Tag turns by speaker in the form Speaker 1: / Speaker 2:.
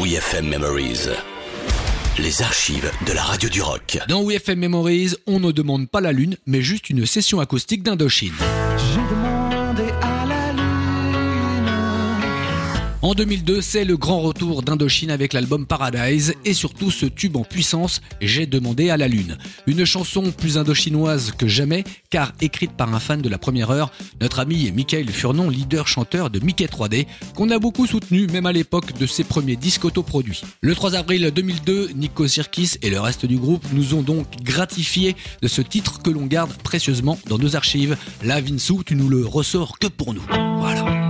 Speaker 1: WeFM Memories. Les archives de la radio du rock.
Speaker 2: Dans WeFM Memories, on ne demande pas la lune, mais juste une session acoustique d'Indochine.
Speaker 3: J'ai demandé à la lune.
Speaker 2: En 2002, c'est le grand retour d'Indochine avec l'album Paradise et surtout ce tube en puissance, J'ai demandé à la lune. Une chanson plus indochinoise que jamais, car écrite par un fan de la première heure, notre ami Michael Furnon, leader-chanteur de Mickey 3D, qu'on a beaucoup soutenu même à l'époque de ses premiers disques autoproduits. Le 3 avril 2002, Nico Sirkis et le reste du groupe nous ont donc gratifiés de ce titre que l'on garde précieusement dans nos archives. Là, Vinsou, tu nous le ressors que pour nous. Voilà.